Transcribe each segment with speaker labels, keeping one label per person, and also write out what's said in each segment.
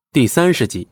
Speaker 1: 第30集。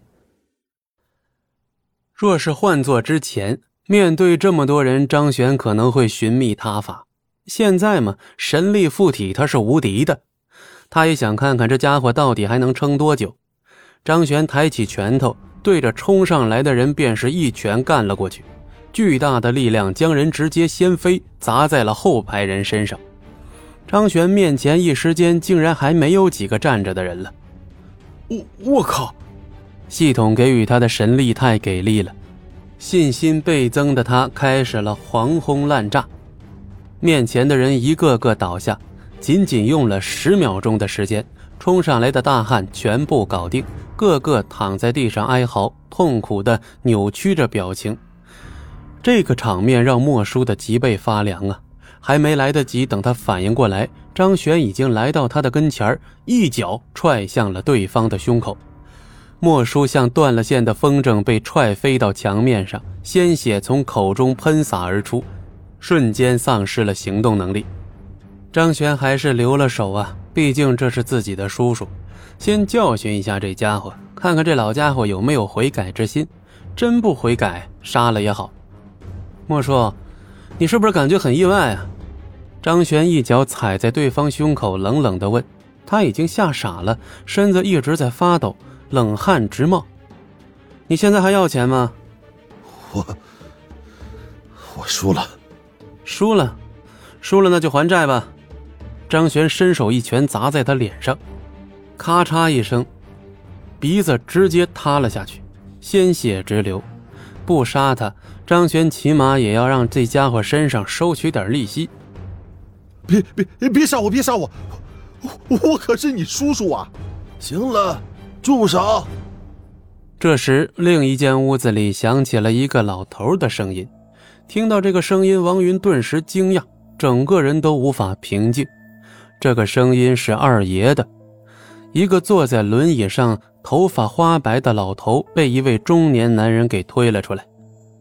Speaker 1: 若是换作之前，面对这么多人，张玄可能会寻觅他法。现在嘛，神力附体他是无敌的，他也想看看这家伙到底还能撑多久。张玄抬起拳头，对着冲上来的人便是一拳干了过去，巨大的力量将人直接掀飞，砸在了后排人身上。张玄面前一时间竟然还没有几个站着的人了。
Speaker 2: 我靠！
Speaker 1: 系统给予他的神力太给力了，信心倍增的他开始了狂轰滥炸。面前的人一个个倒下，仅仅用了10秒钟的时间，冲上来的大汉全部搞定，个个躺在地上哀嚎，痛苦地扭曲着表情。这个场面让莫叔的脊背发凉啊！还没来得及等他反应过来，张玄已经来到他的跟前，一脚踹向了对方的胸口。莫叔像断了线的风筝被踹飞到墙面上，鲜血从口中喷洒而出，瞬间丧失了行动能力。张玄还是留了手啊，毕竟这是自己的叔叔，先教训一下这家伙，看看这老家伙有没有悔改之心，真不悔改，杀了也好。莫叔，你是不是感觉很意外啊？张玄一脚踩在对方胸口，冷冷地问。他已经吓傻了，身子一直在发抖，冷汗直冒。你现在还要钱吗？
Speaker 2: 我输了。
Speaker 1: 输了那就还债吧。张玄伸手一拳砸在他脸上，咔嚓一声，鼻子直接塌了下去，鲜血直流。不杀他，张玄起码也要让这家伙身上收取点利息。
Speaker 2: 别杀我，别杀我，我可是你叔叔啊！行了，住手！
Speaker 1: 这时另一间屋子里响起了一个老头的声音。听到这个声音，王云顿时惊讶，整个人都无法平静。这个声音是二爷的。一个坐在轮椅上头发花白的老头被一位中年男人给推了出来。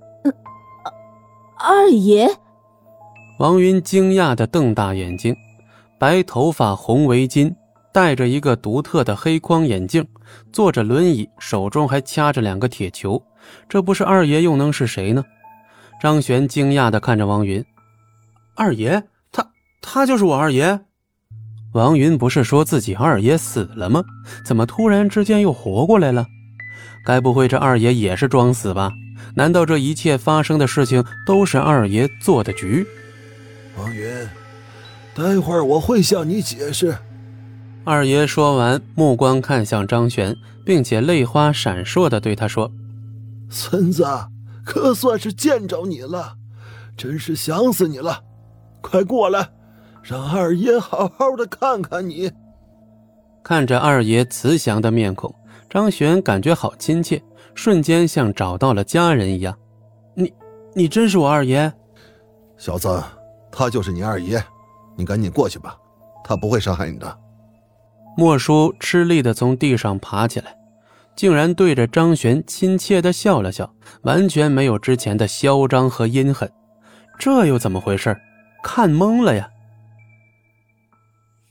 Speaker 3: 二爷？
Speaker 1: 王云惊讶地瞪大眼睛，白头发红围巾，戴着一个独特的黑框眼镜，坐着轮椅，手中还掐着2个铁球，这不是二爷又能是谁呢？张玄惊讶地看着王云。二爷？他就是我二爷？王云不是说自己二爷死了吗？怎么突然之间又活过来了？该不会这二爷也是装死吧？难道这一切发生的事情都是二爷做的局？
Speaker 2: 王云，待会儿我会向你解释。
Speaker 1: 二爷说完，目光看向张玄，并且泪花闪烁地对他说：
Speaker 2: 孙子，可算是见着你了，真是想死你了，快过来，让二爷好好的看看你。
Speaker 1: 看着二爷慈祥的面孔，张玄感觉好亲切，瞬间像找到了家人一样。你真是我二爷？
Speaker 2: 小子，他就是你二爷，你赶紧过去吧，他不会伤害你的。
Speaker 1: 莫叔吃力地从地上爬起来，竟然对着张玄亲切地笑了笑，完全没有之前的嚣张和阴狠。这又怎么回事？看懵了呀。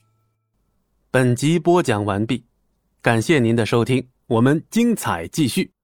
Speaker 1: 本集播讲完毕，感谢您的收听，我们精彩继续。